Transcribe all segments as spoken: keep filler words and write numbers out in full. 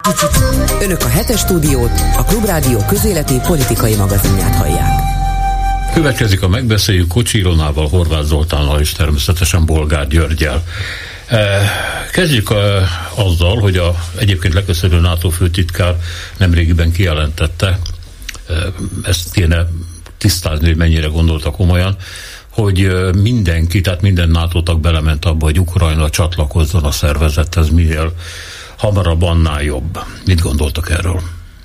Önök a hetes stúdiót, a Klubrádió közéleti politikai magazinját hallják. Következik a megbeszéljük Kocsi Ilonával, Horváth Zoltánnal és természetesen Bolgár Györggyel. Kezdjük a, azzal, hogy a egyébként leköszönő NATO főtitkár nemrégiben kijelentette, ezt kéne tisztázni, hogy mennyire gondolta komolyan, hogy mindenki, tehát minden NATO tag belement abba, hogy Ukrajna csatlakozzon a szervezethez, minél hamarabb, annál jobb. Mit gondoltak erről?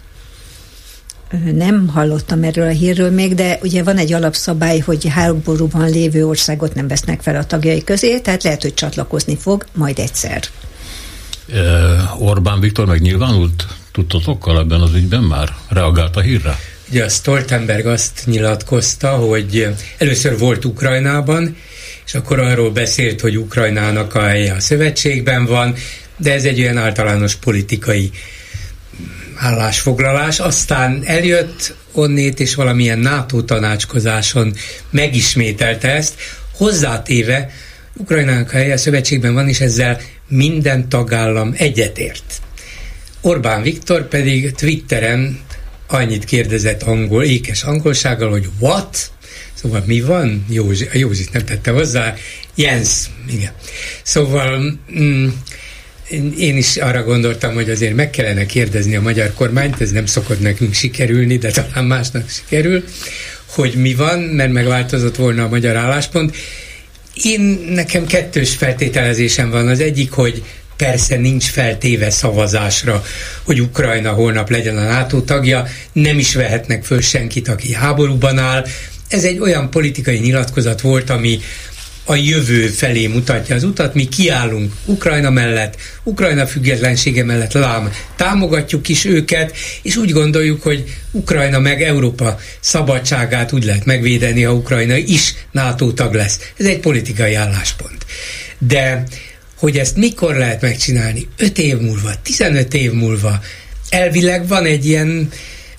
Nem hallottam erről a hírről még, de ugye van egy alapszabály, hogy háborúban lévő országot nem vesznek fel a tagjai közé, tehát lehet, hogy csatlakozni fog majd egyszer. Uh, Orbán Viktor megnyilvánult tudtotokkal ebben az ügyben már? Reagált a hírre? Ugye a Stoltenberg azt nyilatkozta, hogy először volt Ukrajnában, és akkor arról beszélt, hogy Ukrajnának a helye a szövetségben van, de ez egy olyan általános politikai állásfoglalás. Aztán eljött onnét, és valamilyen NATO tanácskozáson megismételte ezt, hozzátéve Ukrajnának a helye a szövetségben van, és ezzel minden tagállam egyetért. Orbán Viktor pedig Twitteren annyit kérdezett angol, ékes angolsággal, hogy what? Szóval mi van? Józsi, Józsit nem tette hozzá. Jens, igen. Szóval mm, én is arra gondoltam, hogy azért meg kellene kérdezni a magyar kormányt, ez nem szokott nekünk sikerülni, de talán másnak sikerül, hogy mi van, mert megváltozott volna a magyar álláspont. Én, nekem kettős feltételezésem van. Az egyik, hogy persze nincs feltéve szavazásra, hogy Ukrajna holnap legyen a NATO tagja, nem is vehetnek föl senkit, aki háborúban áll. Ez egy olyan politikai nyilatkozat volt, ami a jövő felé mutatja az utat, mi kiállunk Ukrajna mellett, Ukrajna függetlensége mellett, lám támogatjuk is őket, és úgy gondoljuk, hogy Ukrajna meg Európa szabadságát úgy lehet megvédeni, ha Ukrajna is NATO tag lesz. Ez egy politikai álláspont. De hogy ezt mikor lehet megcsinálni? öt év múlva, tizenöt év múlva. Elvileg van egy ilyen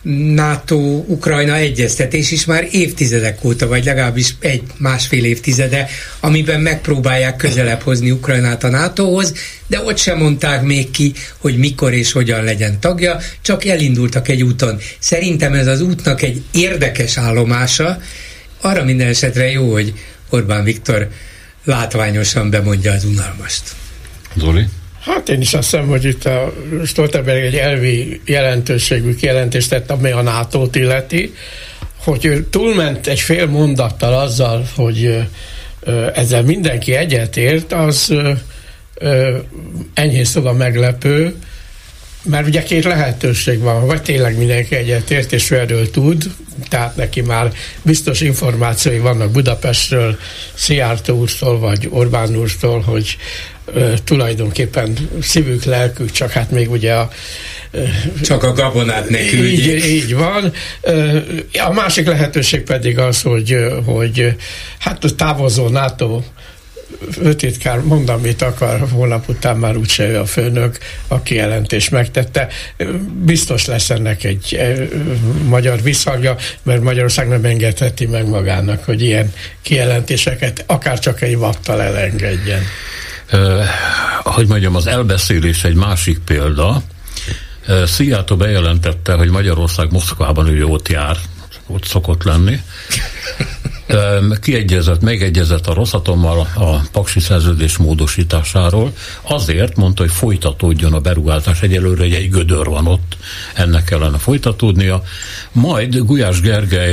NATO-Ukrajna egyeztetés is már évtizedek óta, vagy legalábbis egy másfél évtizede, amiben megpróbálják közelebb hozni Ukrajnát a nátóhoz, de ott sem mondták még ki, hogy mikor és hogyan legyen tagja, csak elindultak egy úton. Szerintem ez az útnak egy érdekes állomása, arra minden esetre jó, hogy Orbán Viktor látványosan bemondja az unalmast. Zoli? Hát én is azt hiszem, hogy itt a Stoltenberg egy elvi jelentőségű kijelentést tett, ami a nátót illeti, hogy ő túlment egy fél mondattal azzal, hogy ezzel mindenki egyetért, az enyhén szóval meglepő, mert ugye két lehetőség van, vagy tényleg mindenki egyetért, és erről tud, tehát neki már biztos információi vannak Budapestről, Szijjártó úrtól, vagy Orbán úrtól, hogy ö, tulajdonképpen szívük, lelkük, csak hát még ugye a ö, csak a gabonát ne küldjék. Így, így van. Ö, a másik lehetőség pedig az, hogy, hogy hát a távozó NATO főtitkár mond, amit akar, holnap után már úgyse ő a főnök, a kijelentés megtette. Biztos lesz ennek egy e, magyar visszhangja, mert Magyarország nem engedheti meg magának, hogy ilyen kijelentéseket akár csak egy vattal elengedjen. Uh, hogy mondjam, az elbeszélés egy másik példa. Uh, Szijjártó bejelentette, hogy Magyarország Moszkvában ő ott jár, ott szokott lenni. Kiegyezett, megegyezett a Rosatommal a paksi szerződés módosításáról. Azért mondta, hogy folytatódjon a beruházás. Egyelőre egy, egy gödör van ott, ennek kellene folytatódnia. Majd Gulyás Gergely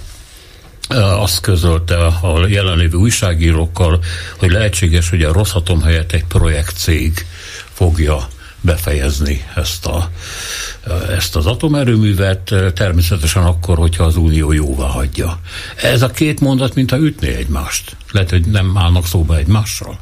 azt közölte a jelenlévő újságírókkal, hogy lehetséges, hogy a Rosatom helyett egy projektcég fogja befejezni ezt, a, ezt az atomerőművet, természetesen akkor, hogyha az Unió jóvá hagyja. Ez a két mondat, mintha ütné egymást. Lehet, hogy nem állnak szóba egymással?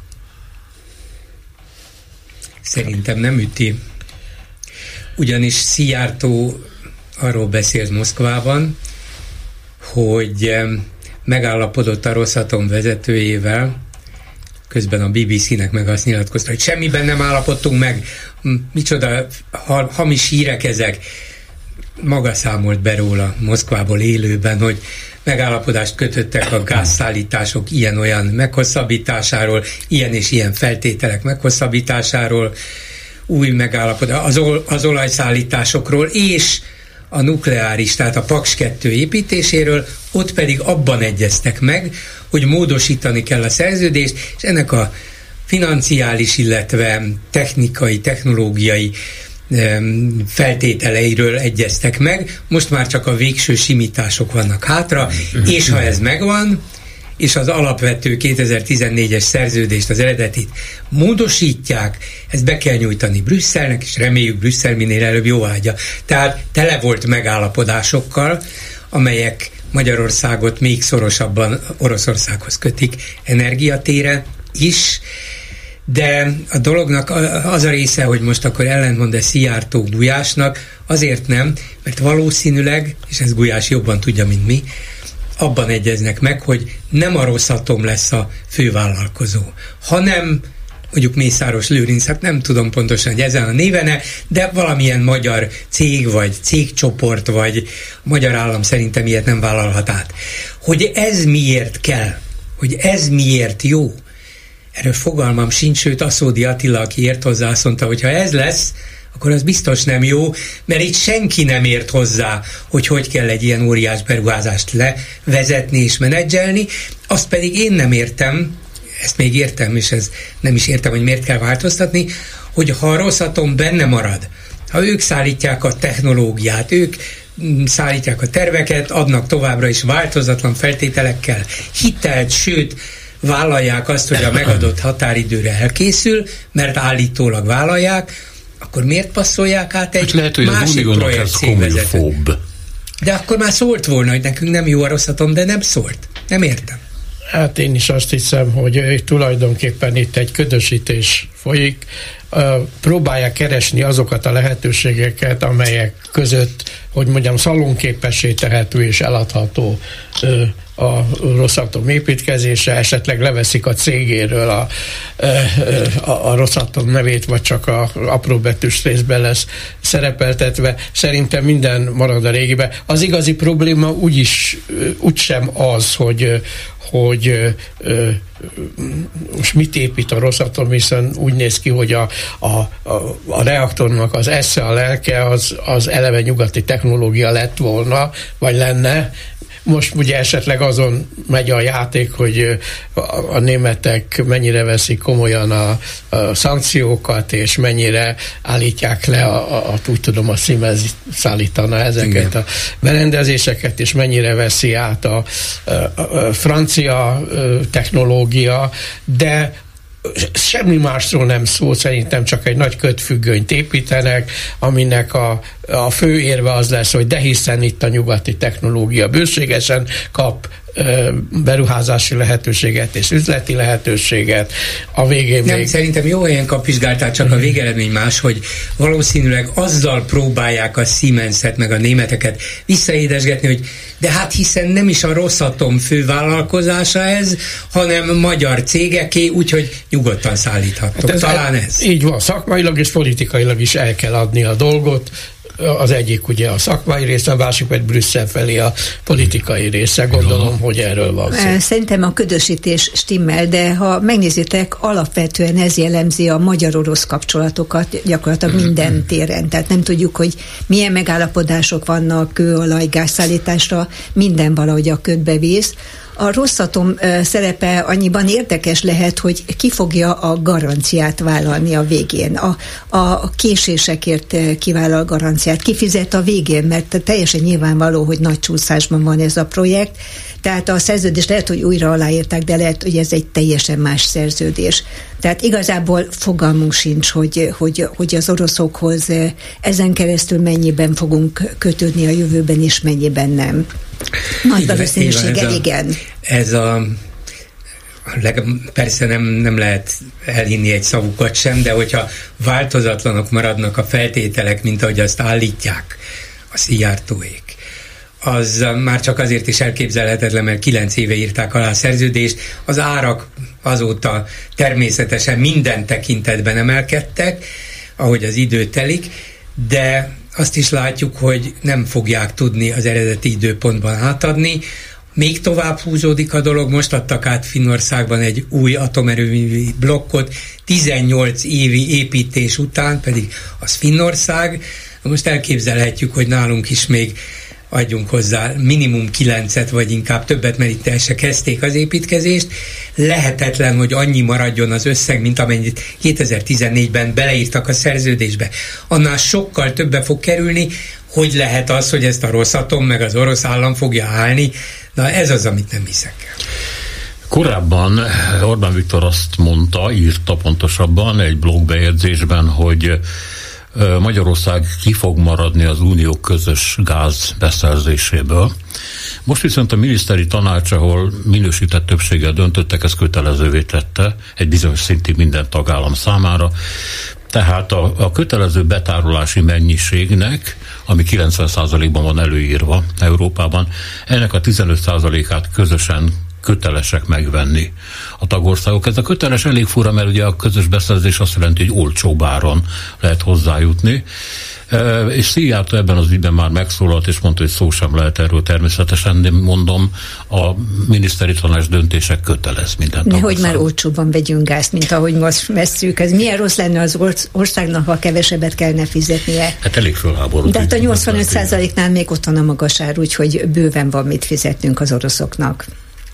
Szerintem nem üti. Ugyanis Szijjártó arról beszélt Moszkvában, hogy megállapodott a Rosatom vezetőjével, közben a bé bé cé-nek meg azt nyilatkozta, hogy semmiben nem állapodtunk meg, micsoda ha, hamis hírek ezek. Maga számolt be róla Moszkvából élőben, hogy megállapodást kötöttek a gázszállítások ilyen-olyan meghosszabbításáról, ilyen és ilyen feltételek meghosszabbításáról, új megállapodás az, ol, az olajszállításokról és a nukleáris, tehát a Paks kettő építéséről, ott pedig abban egyeztek meg, hogy módosítani kell a szerződést, és ennek a financiális, illetve technikai, technológiai feltételeiről egyeztek meg, most már csak a végső simítások vannak hátra, és ha ez megvan, és az alapvető kétezer-tizennégyes szerződést, az eredetit módosítják, ezt be kell nyújtani Brüsszelnek, és reméljük Brüsszel minél előbb jóváhagyja. Tehát tele volt megállapodásokkal, amelyek Magyarországot még szorosabban Oroszországhoz kötik energiatére is, de a dolognak az a része, hogy most akkor ellentmond-e Szijjártó Gulyásnak, azért nem, mert valószínűleg, és ez Gulyás jobban tudja, mint mi, abban egyeznek meg, hogy nem a Rosatom lesz a fővállalkozó, hanem mondjuk Mészáros Lőrinc, hát nem tudom pontosan, hogy ezen a névene, de valamilyen magyar cég, vagy cégcsoport, vagy magyar állam szerintem ilyet nem vállalhat át. Hogy ez miért kell, hogy ez miért jó, erről fogalmam sincs, sőt Aszódi Attila, aki ért hozzá, azt mondta, hogy ha ez lesz, akkor az biztos nem jó, mert itt senki nem ért hozzá, hogy hogy kell egy ilyen óriás beruházást levezetni és menedzselni, azt pedig én nem értem, ezt még értem, és ez nem is értem, hogy miért kell változtatni, hogy ha a Rosatom benne marad, ha ők szállítják a technológiát, ők szállítják a terveket, adnak továbbra is változatlan feltételekkel hitelt, sőt, vállalják azt, hogy a megadott határidőre elkészül, mert állítólag vállalják, akkor miért passzolják át egy hát lehet, hogy másik projekt cégvezetőt? De akkor már szólt volna, hogy nekünk nem jó a Rosatom, de nem szólt. Nem értem. Hát én is azt hiszem, hogy tulajdonképpen itt egy ködösítés folyik. Próbálják keresni azokat a lehetőségeket, amelyek között, hogy mondjam, szalonképessé tehető és eladható a Rosatom építkezése, esetleg leveszik a cégéről a, a, a Rosatom nevét, vagy csak a apróbetűs részben lesz szerepeltetve. Szerintem minden marad a régiben. Az igazi probléma úgyis, úgysem az, hogy hogy ö, most mit épít a Rosatom, hiszen úgy néz ki, hogy a, a, a, a reaktornak az esze, a lelke az, az eleve nyugati technológia lett volna, vagy lenne. Most ugye esetleg azon megy a játék, hogy a, a németek mennyire veszik komolyan a, a szankciókat, és mennyire állítják le, a, a, a, úgy tudom, a Siemens szállítana ezeket igen. a berendezéseket, és mennyire veszi át a, a, a francia technológia, de semmi másról nem szó, szerintem csak egy nagy kötfüggönyt építenek, aminek a, a fő érve az lesz, hogy de hiszen itt a nyugati technológia bőségesen kap beruházási lehetőséget és üzleti lehetőséget. A végén nem, még... szerintem jó helyen kapizsgáltál, csak a végeredmény más, hogy valószínűleg azzal próbálják a Siemenset meg a németeket visszaédesgetni, hogy de hát hiszen nem is a Rosatom fővállalkozása ez, hanem magyar cégeké, úgyhogy nyugodtan szállíthattok. Hát ez talán ez. Így van, szakmailag és politikailag is el kell adni a dolgot. Az egyik ugye a szakmai része, a másik pedig Brüsszel felé a politikai része. Gondolom, hogy erről van szó. Szerintem a ködösítés stimmel, de ha megnézitek, alapvetően ez jellemzi a magyar-orosz kapcsolatokat gyakorlatilag minden téren. Tehát nem tudjuk, hogy milyen megállapodások vannak kőolaj, gázszállításra, minden valahogy a ködbe vész. A Rosatom szerepe annyiban érdekes lehet, hogy ki fogja a garanciát vállalni a végén. A, a késésekért kivállal garanciát. Ki fizet a végén, mert teljesen nyilvánvaló, hogy nagy csúszásban van ez a projekt. Tehát a szerződést lehet, hogy újra aláírták, de lehet, hogy ez egy teljesen más szerződés. Tehát igazából fogalmunk sincs, hogy, hogy, hogy az oroszokhoz ezen keresztül mennyiben fogunk kötődni a jövőben, és mennyiben nem. Nagy valószínűséggel igen. Ez a persze nem, nem lehet elhinni egy szavukat sem, de hogyha változatlanok maradnak a feltételek, mint ahogy azt állítják a Szijjártóék, az már csak azért is elképzelhetetlen, mert kilenc éve írták alá a szerződést, az árak azóta természetesen minden tekintetben emelkedtek, ahogy az idő telik, de azt is látjuk, hogy nem fogják tudni az eredeti időpontban átadni. Még tovább húzódik a dolog, most adtak át Finnországban egy új atomerőmű blokkot, tizennyolc évi építés után, pedig az Finnország. Most elképzelhetjük, hogy nálunk is még adjunk hozzá minimum kilencet, vagy inkább többet, mert itt el se kezdték az építkezést. Lehetetlen, hogy annyi maradjon az összeg, mint amennyit kétezer-tizennégyben beleírtak a szerződésbe. Annál sokkal többe fog kerülni. Hogy lehet az, hogy ezt a Rosatom meg az orosz állam fogja állni? Na ez az, amit nem hiszek. Korábban Orbán Viktor azt mondta, írta pontosabban egy blogbejegyzésben, hogy Magyarország ki fog maradni az unió közös gáz beszerzéséből. Most viszont a miniszteri tanács, ahol minősített többséggel döntöttek, ezt kötelezővé tette egy bizonyos szintig minden tagállam számára. Tehát a, a kötelező betárolási mennyiségnek, ami kilencven százalékban van előírva Európában, ennek a tizenöt százalékát közösen kötelesek megvenni a tagországok. Ez a köteles elég fura, mert ugye a közös beszerzés azt jelenti, hogy olcsóbb áron lehet hozzájutni. E, és Szijjártó ebben az ügyben már megszólalt, és mondta, hogy szó sem lehet erről természetesen, de mondom, a miniszteri tanács döntések kötelez minden tagország. Hogy már olcsóbban vegyünk gázt, mint ahogy most vesszük. Ez milyen rossz lenne az országnak, ha kevesebbet kellene fizetnie? Hát elég fölháború. De hát a nyolcvanöt százaléknál még ott van a magas ár, úgyhogy bőven van mit fizetnünk az oroszoknak.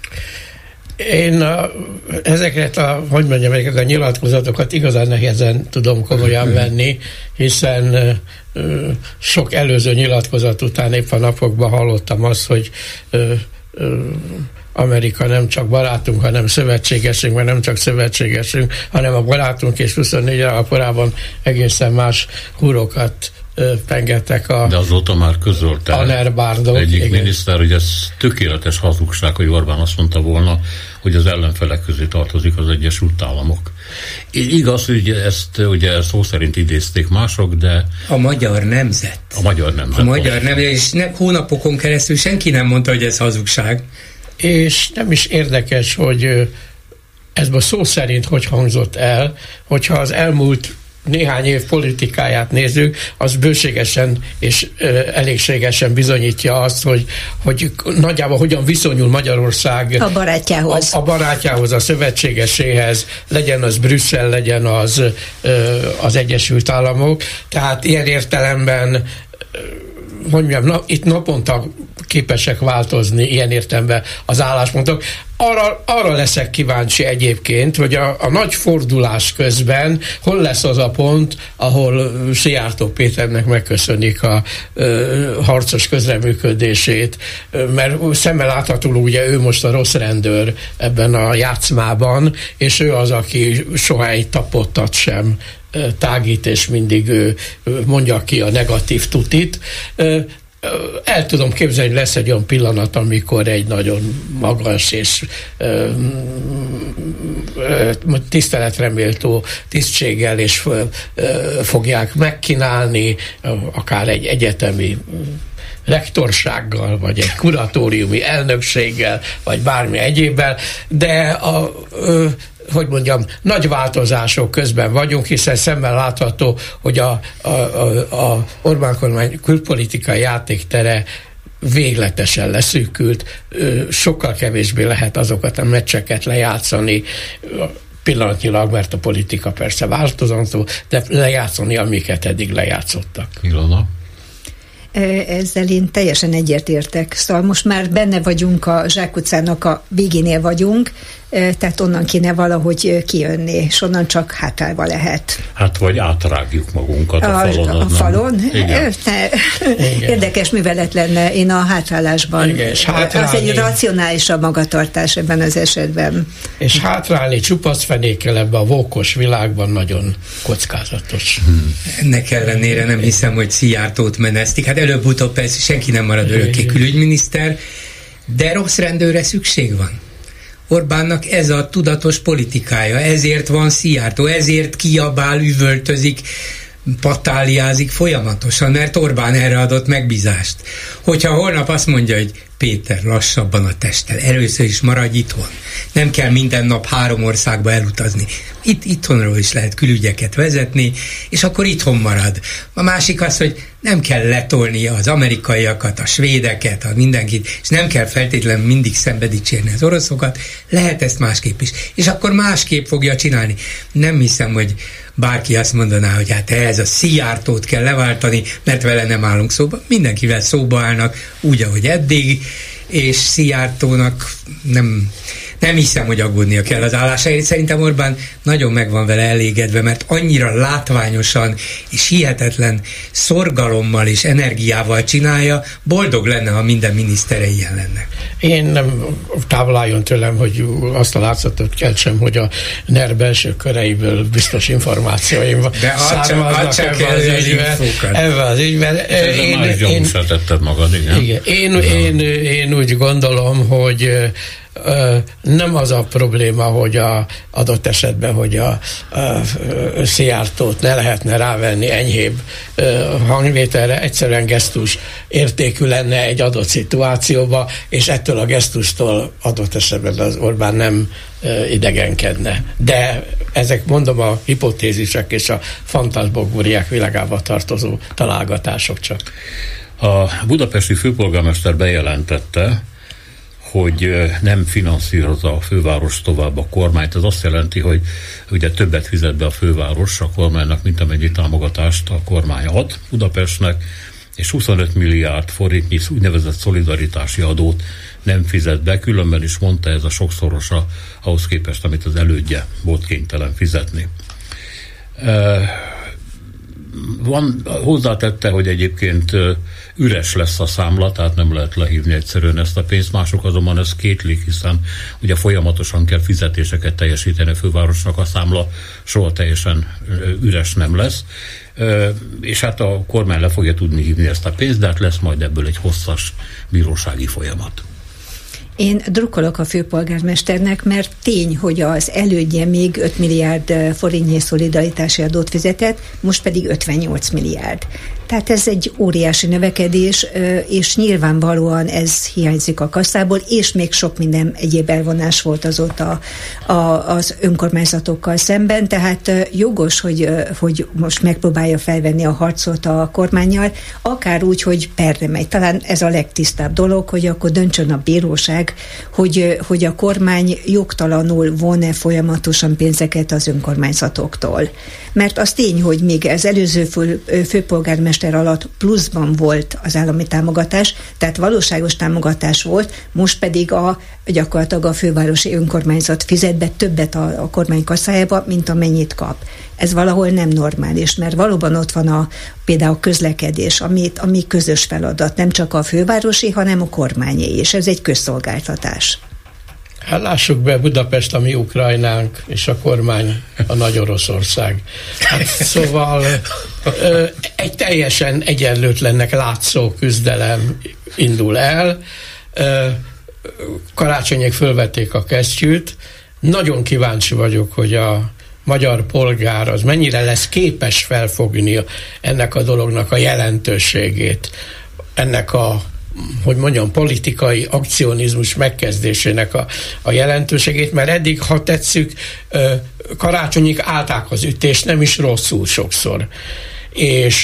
Én a, ezeket a, hogy mondjam, ezeket a nyilatkozatokat igazán nehezen tudom komolyan venni, hiszen ö, sok előző nyilatkozat után épp a napokban hallottam azt, hogy ö, ö, Amerika nem csak barátunk, hanem szövetségesünk, vagy nem csak szövetségesünk, hanem a barátunk, és huszonnégy évvel korábban egészen más húrokat pengettek a De azóta már közölte Anerbárdok, egyik igen. miniszter, hogy ez tökéletes hazugság, hogy Orbán azt mondta volna, hogy az ellenfelek közé tartozik az Egyesült Államok. Igaz, hogy ezt ugye szó szerint idézték mások, de... A magyar nemzet. A magyar nemzet. A magyar nemzet, és ne, hónapokon keresztül senki nem mondta, hogy ez hazugság. És nem is érdekes, hogy ez a szó szerint hogy hangzott el, hogyha az elmúlt néhány év politikáját nézzük, az bőségesen és ö, elégségesen bizonyítja azt, hogy, hogy nagyjából hogyan viszonyul Magyarország a barátjához. A, a barátjához, a szövetségeséhez, legyen az Brüsszel, legyen az ö, az Egyesült Államok. Tehát ilyen értelemben ö, hogy mondjam, na, itt naponta képesek változni ilyen értelemben az álláspontok. Arra, arra leszek kíváncsi egyébként, hogy a, a nagy fordulás közben hol lesz az a pont, ahol Szijjártó Péternek megköszönik a ö, harcos közreműködését, mert szemmel láthatólag ugye ő most a rossz rendőr ebben a játszmában, és ő az, aki soha egy tapottat sem tágít, és mindig ő mondja ki a negatív tutit. El tudom képzelni, hogy lesz egy olyan pillanat, amikor egy nagyon magas és ö, ö, tiszteletreméltó tisztséggel és ö, fogják megkínálni, akár egy egyetemi rektorsággal, vagy egy kuratóriumi elnökséggel, vagy bármi egyébbel, de a ö, hogy mondjam, nagy változások közben vagyunk, hiszen szemmel látható, hogy a, a, a, a Orbán kormány külpolitikai játéktere végletesen leszűkült, sokkal kevésbé lehet azokat a meccseket lejátszani pillanatnyilag, mert a politika persze változató, de lejátszani, amiket eddig lejátszottak. Ilona? Ezzel én teljesen egyetértek. Szóval most már benne vagyunk, a zsákutcának a végénél vagyunk, tehát onnan kéne valahogy kijönni, és onnan csak hátrálva lehet. Hát vagy átrágjuk magunkat a, a falon. A falon? Igen. Ne, Igen. Érdekes művelet lenne, én a hátrálásban. Igen, és hátrálni. Az egy racionálisabb magatartás ebben az esetben. És hátrálni csupaszfenékkel ebben a vókos világban nagyon kockázatos. Hmm. Ennek ellenére nem hiszem, hogy Szijjártót menesztik. Hát előbb-utóbb persze senki nem marad örökké külügyminiszter, de rossz rendőrre szükség van. Orbánnak ez a tudatos politikája, ezért van Szijjártó, ezért kiabál, üvöltözik, patáliázik folyamatosan, mert Orbán erre adott megbízást. Hogyha holnap azt mondja, hogy Péter, lassabban a testtel. Először is maradj itthon. Nem kell minden nap három országba elutazni. Itt itthonról is lehet külügyeket vezetni, és akkor itthon marad. A másik az, hogy nem kell letolni az amerikaiakat, a svédeket, a mindenkit, és nem kell feltétlenül mindig szembedicsérni az oroszokat, lehet ezt másképp is. És akkor másképp fogja csinálni. Nem hiszem, hogy bárki azt mondaná, hogy hát ez a Szijjártót kell leváltani, mert vele nem állunk szóba. Mindenkivel szóba állnak, úgy, ahogy eddig, és Szijjártónak nem, nem hiszem, hogy aggódnia kell az állásáért. Szerintem Orbán nagyon meg van vele elégedve, mert annyira látványosan és hihetetlen szorgalommal és energiával csinálja, boldog lenne, ha minden minisztere ilyen lenne. Én nem távol álljon tőlem, hogy azt a látszatot keltsem, hogy a NER belső köreiből biztos információim származnak ebben az ügyben. Ebben az ügyben. Én, már gyanúsítetted magad, igen. igen. Én, én, én úgy gondolom, hogy nem az a probléma, hogy a adott esetben, hogy a, a Szijjártót ne lehetne rávenni enyhébb hangvételre, egyszerűen gesztus értékű lenne egy adott szituációba, és ettől a gesztustól adott esetben az Orbán nem idegenkedne. De ezek, mondom, a hipotézisek és a fantasmagóriák világába tartozó találgatások csak. A budapesti főpolgármester bejelentette, hogy nem finanszírozza a főváros tovább a kormányt. Ez azt jelenti, hogy ugye többet fizet be a főváros a kormánynak, mint amennyi támogatást a kormány ad Budapestnek, és huszonöt milliárd forintnyi úgynevezett szolidaritási adót nem fizet be, különben is mondta, ez a sokszorosa ahhoz képest, amit az elődje volt kénytelen fizetni. Van, hozzátette, hogy egyébként üres lesz a számla, tehát nem lehet lehívni egyszerűen ezt a pénzt, mások azonban ezt kétlik, hiszen ugye folyamatosan kell fizetéseket teljesíteni a fővárosnak, a számla soha teljesen üres nem lesz, és hát a kormány le fogja tudni hívni ezt a pénzt, de hát lesz majd ebből egy hosszas bírósági folyamat. Én drukkolok a főpolgármesternek, mert tény, hogy az elődje még öt milliárd forintnyi szolidaritási adót fizetett, most pedig ötvennyolc milliárd. Tehát ez egy óriási növekedés, és nyilvánvalóan ez hiányzik a kasszából, és még sok minden egyéb elvonás volt azóta a, az önkormányzatokkal szemben, tehát jogos, hogy, hogy most megpróbálja felvenni a harcot a kormánnyal, akár úgy, hogy perre megy. Talán ez a legtisztább dolog, hogy akkor döntsön a bíróság, hogy, hogy a kormány jogtalanul von-e folyamatosan pénzeket az önkormányzatoktól. Mert az tény, hogy még az előző fő, főpolgármester alatt pluszban volt az állami támogatás, tehát valóságos támogatás volt, most pedig a, gyakorlatilag a fővárosi önkormányzat fizet be többet a, a kormány kasszájába, mint amennyit kap. Ez valahol nem normális, mert valóban ott van a, például a közlekedés, amit, ami közös feladat, nem csak a fővárosi, hanem a kormányé is. Ez egy közszolgáltatás. Hát lássuk be, Budapest a mi Ukrajnánk, és a kormány a nagy Oroszország. Hát, szóval egy teljesen egyenlőtlennek látszó küzdelem indul el. Karácsonyék fölvették a kesztyűt. Nagyon kíváncsi vagyok, hogy a magyar polgár az mennyire lesz képes felfogni ennek a dolognak a jelentőségét, ennek a, hogy mondjam, politikai akcionizmus megkezdésének a, a jelentőségét, mert eddig, ha tetszük, Karácsonyig állták az ütést, nem is rosszul sokszor. És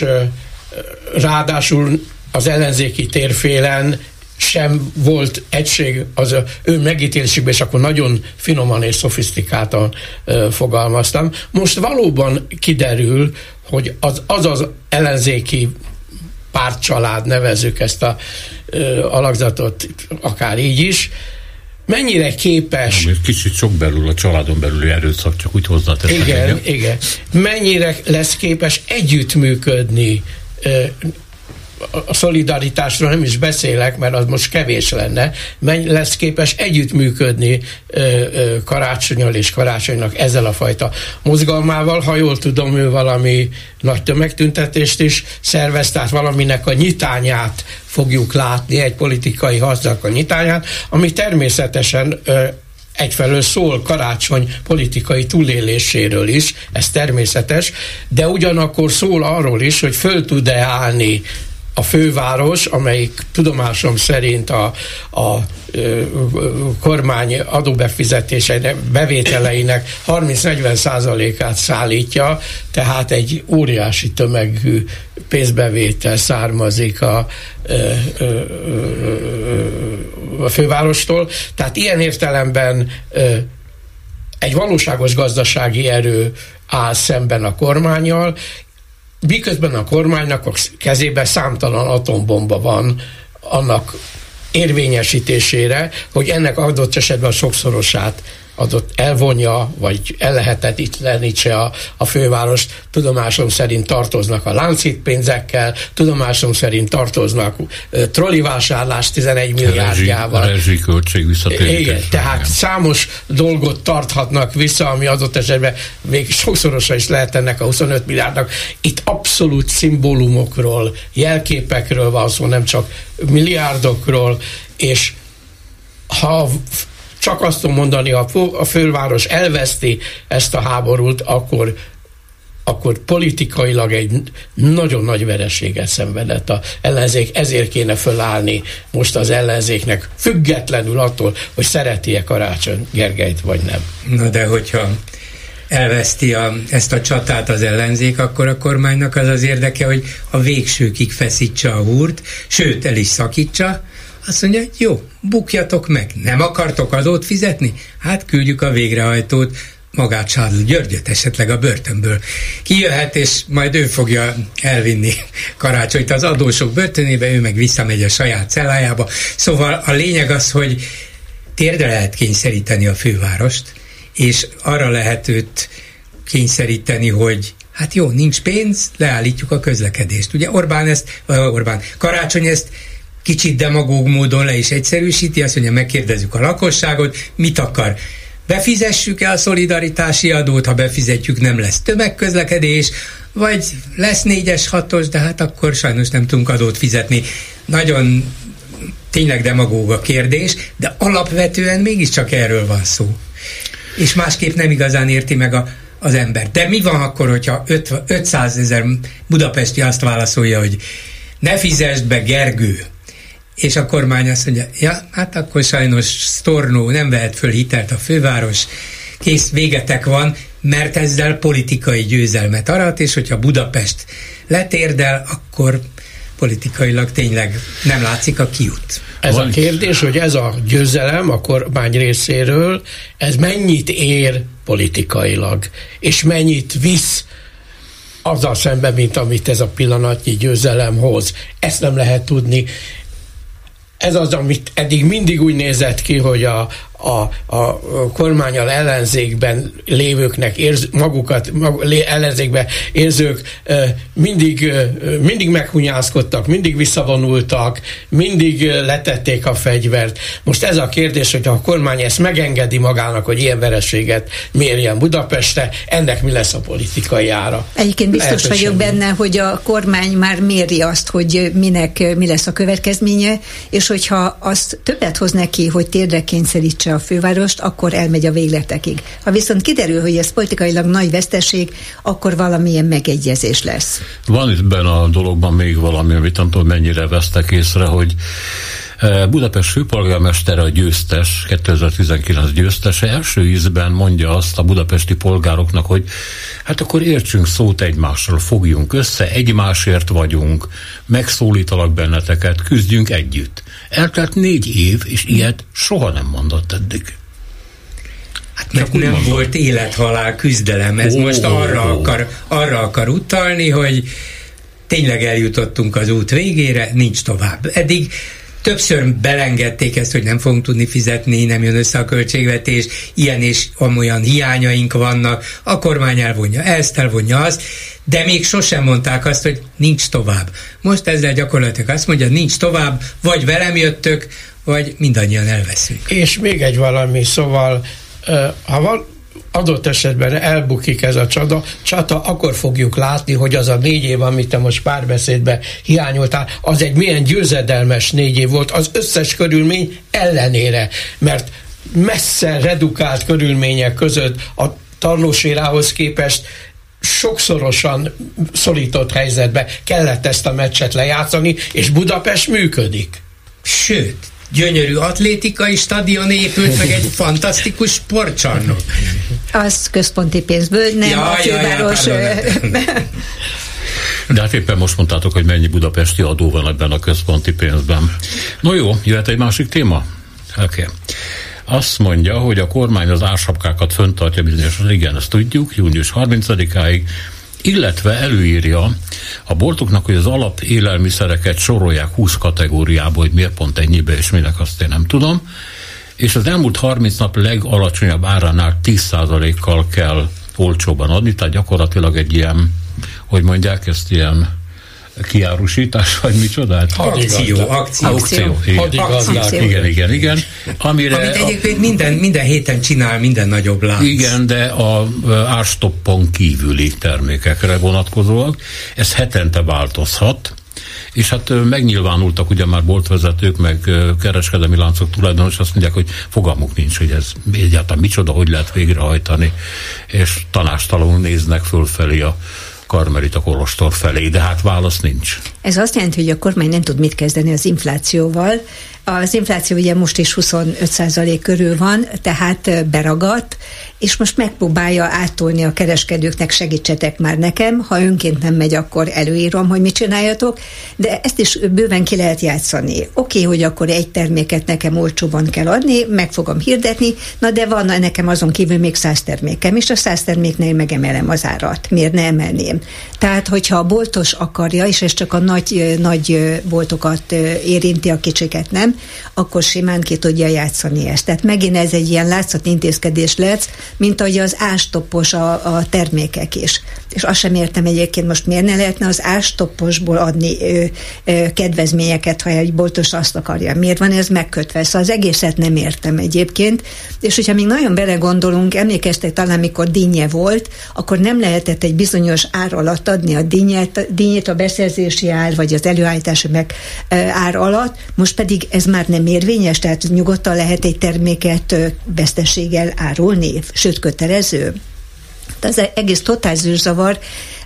ráadásul az ellenzéki térfélen sem volt egység az ő megítélésükben, és akkor nagyon finoman és szofisztikáltan ö, fogalmaztam. Most valóban kiderül, hogy az az, az ellenzéki pártcsalád, nevezzük ezt a ö, alakzatot, akár így is, mennyire képes... Nem, kicsit sok belül a családon belüli erőszak, csak úgy hozzáteszem. Igen, igen, igen. Mennyire lesz képes együttműködni, ö, a szolidaritásról nem is beszélek, mert az most kevés lenne, menny lesz képes együttműködni ö, ö, Karácsonnyal és Karácsonynak ezzel a fajta mozgalmával. Ha jól tudom, ő valami nagy tömegtüntetést is szervez, tehát valaminek a nyitányát fogjuk látni, egy politikai harcnak a nyitányát, ami természetesen ö, egyfelől szól Karácsony politikai túléléséről is, ez természetes, de ugyanakkor szól arról is, hogy föl tud-e állni a főváros, amelyik tudomásom szerint a, a, a kormány adóbefizetéseinek, bevételeinek harminc-negyven százalékát szállítja, tehát egy óriási tömegű pénzbevétel származik a, a fővárostól. Tehát ilyen értelemben egy valóságos gazdasági erő áll szemben a kormánnyal, miközben a kormánynak a kezében számtalan atombomba van annak érvényesítésére, hogy ennek adott esetben a sokszorosát adott elvonja, vagy ellehetetlenítse a, a fővárost. Tudomásom szerint tartoznak a láncít pénzekkel, tudomásom szerint tartoznak uh, trollivásárlás tizenegy milliárdjával. A rezsiköltség visszatérítés. Igen, tehát számos dolgot tarthatnak vissza, ami adott esetben még sokszorosa is lehet ennek a huszonöt milliárdnak. Itt abszolút szimbólumokról, jelképekről van szó, nem csak milliárdokról, és ha csak azt tudom mondani, ha a főváros elveszti ezt a háborút, akkor, akkor politikailag egy nagyon nagy vereséget szenvedett az ellenzék, ezért kéne fölállni most az ellenzéknek, függetlenül attól, hogy szereti-e Karácsony Gergelyt, vagy nem. Na de hogyha elveszti a, ezt a csatát az ellenzék, akkor a kormánynak az az érdeke, hogy a végsőkig feszítse a húrt, sőt, el is szakítsa. Azt mondja, hogy jó, bukjatok meg, nem akartok adót fizetni? Hát küldjük a végrehajtót, magát Sádl Györgyöt esetleg a börtönből. Kijöhet, és majd ő fogja elvinni Karácsonyt az adósok börtönébe, ő meg visszamegy a saját cellájába. Szóval a lényeg az, hogy térdre lehet kényszeríteni a fővárost, és arra lehet őt kényszeríteni, hogy hát jó, nincs pénz, leállítjuk a közlekedést. Ugye Orbán ezt, Orbán, Karácsony ezt kicsit demagóg módon le is egyszerűsíti, azt mondja, megkérdezzük a lakosságot, mit akar. Befizessük-e a szolidaritási adót, ha befizetjük, nem lesz tömegközlekedés, vagy lesz négyes, hatos, de hát akkor sajnos nem tudunk adót fizetni. Nagyon tényleg demagóg a kérdés, de alapvetően mégiscsak erről van szó. És másképp nem igazán érti meg a, az ember. De mi van akkor, hogyha ötszázezer budapesti azt válaszolja, hogy ne fizesd be, Gergő, és a kormány azt mondja, ja, hát akkor sajnos sztornó, nem vehet föl hitelt a főváros, kész, végetek van, mert ezzel politikai győzelmet arat, és hogyha Budapest letérdel, akkor politikailag tényleg nem látszik a kiút. Ez a kérdés, hogy ez a győzelem a kormány részéről, ez mennyit ér politikailag, és mennyit visz azzal szemben, mint amit ez a pillanatnyi győzelem hoz. Ezt nem lehet tudni. Ez az, amit eddig mindig úgy nézett ki, hogy a, a, a kormánnyal ellenzékben lévőknek, érz, magukat mag, ellenzékben érzők mindig, mindig meghunyászkodtak, mindig visszavonultak, mindig letették a fegyvert. Most ez a kérdés, hogy a kormány ezt megengedi magának, hogy ilyen vereséget mérjen Budapestre, ennek mi lesz a politikai ára? Egyébként biztos Lehet, vagyok benne, hogy a kormány már méri azt, hogy minek mi lesz a következménye, és hogyha azt többet hoz neki, hogy térdre kényszerítse a fővárost, akkor elmegy a végletekig. Ha viszont kiderül, hogy ez politikailag nagy veszteség, akkor valamilyen megegyezés lesz. Van itt benne a dologban még valami, amit nem tudom, mennyire vesztek észre, hogy Budapest főpolgármestere a győztes, kétezer-tizenkilenc győztese első ízben mondja azt a budapesti polgároknak, hogy hát akkor értsünk szót egymásról, fogjunk össze, egymásért vagyunk, megszólítalak benneteket, küzdjünk együtt. Eltelt négy év, és ilyet soha nem mondott eddig. Hát mert nem mondom. Volt élethalál küzdelem, ez oh, most arra, oh. akar, arra akar utalni, hogy tényleg eljutottunk az út végére, nincs tovább. Eddig többször belengedték ezt, hogy nem fogunk tudni fizetni, nem jön össze a költségvetés, ilyen és amolyan hiányaink vannak, a kormány elvonja ezt, elvonja azt, de még sosem mondták azt, hogy nincs tovább. Most ezzel gyakorlatilag azt mondja, nincs tovább, vagy velem jöttök, vagy mindannyian elveszünk. És még egy valami, szóval ha van adott esetben elbukik ez a csata, csata, akkor fogjuk látni, hogy az a négy év, amit te most párbeszédbe hiányoltál, az egy milyen győzedelmes négy év volt az összes körülmény ellenére, mert messze redukált körülmények között a Tarlós érához képest sokszorosan szorított helyzetbe kellett ezt a meccset lejátszani, és Budapest működik. Sőt, gyönyörű atlétikai stadion épült, meg egy fantasztikus sportcsarnok. Az központi pénzből, nem ja, a főváros... Ja, ja, de hát éppen most mondtátok, hogy mennyi budapesti adó van ebben a központi pénzben. No jó, jöhet egy másik téma? Oké. Okay. Azt mondja, hogy a kormány az ársapkákat föntartja bizonyosan, igen, ezt tudjuk, június harmincadikáig, illetve előírja a boltoknak, hogy az alap élelmiszereket sorolják húsz kategóriába, hogy miért pont ennyibe és minek, azt én nem tudom. És az elmúlt harminc nap legalacsonyabb áránál tíz százalékkal kell olcsóban adni, tehát gyakorlatilag egy ilyen, hogy mondják ezt, ilyen kiárusítás, vagy micsoda? Akció, akció. Akció, igen, igen, igen, igen. Amire Amit egyébként minden, minden héten csinál minden nagyobb lánc. Igen, de a árstoppon kívüli termékekre vonatkozóak. Ez hetente változhat, és hát megnyilvánultak ugye már boltvezetők, meg kereskedelmi láncok tulajdonos, azt mondják, hogy fogalmuk nincs, hogy ez egyáltalán micsoda, hogy lehet végrehajtani, és tanástalanul néznek fölfelé a Karmelita kolostor felé, de hát válasz nincs. Ez azt jelenti, hogy a kormány nem tud mit kezdeni az inflációval. Az infláció ugye most is huszonöt százalék körül van, tehát beragadt, és most megpróbálja áttolni a kereskedőknek, segítsetek már nekem, ha önként nem megy, akkor előírom, hogy mit csináljatok, de ezt is bőven ki lehet játszani. Oké, okay, hogy akkor egy terméket nekem olcsóban kell adni, meg fogom hirdetni, na de van nekem azon kívül még száz termékem, és a száz terméknél megemelem az árat. Miért ne emelném? Tehát, hogyha a boltos akarja, és ez csak a nagy, nagy boltokat érinti, a kicsiket nem, akkor simán ki tudja játszani ezt. Tehát megint ez egy ilyen látszatintézkedés lesz, mint ahogy az ástoppos a, a termékek is. És azt sem értem egyébként most, miért ne lehetne az ástopposból adni ö, ö, kedvezményeket, ha egy boltos azt akarja. Miért van ez megkötve? Szóval az egészet nem értem egyébként. És hogyha még nagyon belegondolunk, emlékeztek talán, mikor dinnye volt, akkor nem lehetett egy bizonyos ár alatt adni a dinnyet, dinnyét a beszerzési ár, vagy az előállítási meg ö, ár alatt. Most pedig ez már nem érvényes, tehát nyugodtan lehet egy terméket ö, veszteséggel árulni, sőt kötelező. Az egész totál zűrzavar.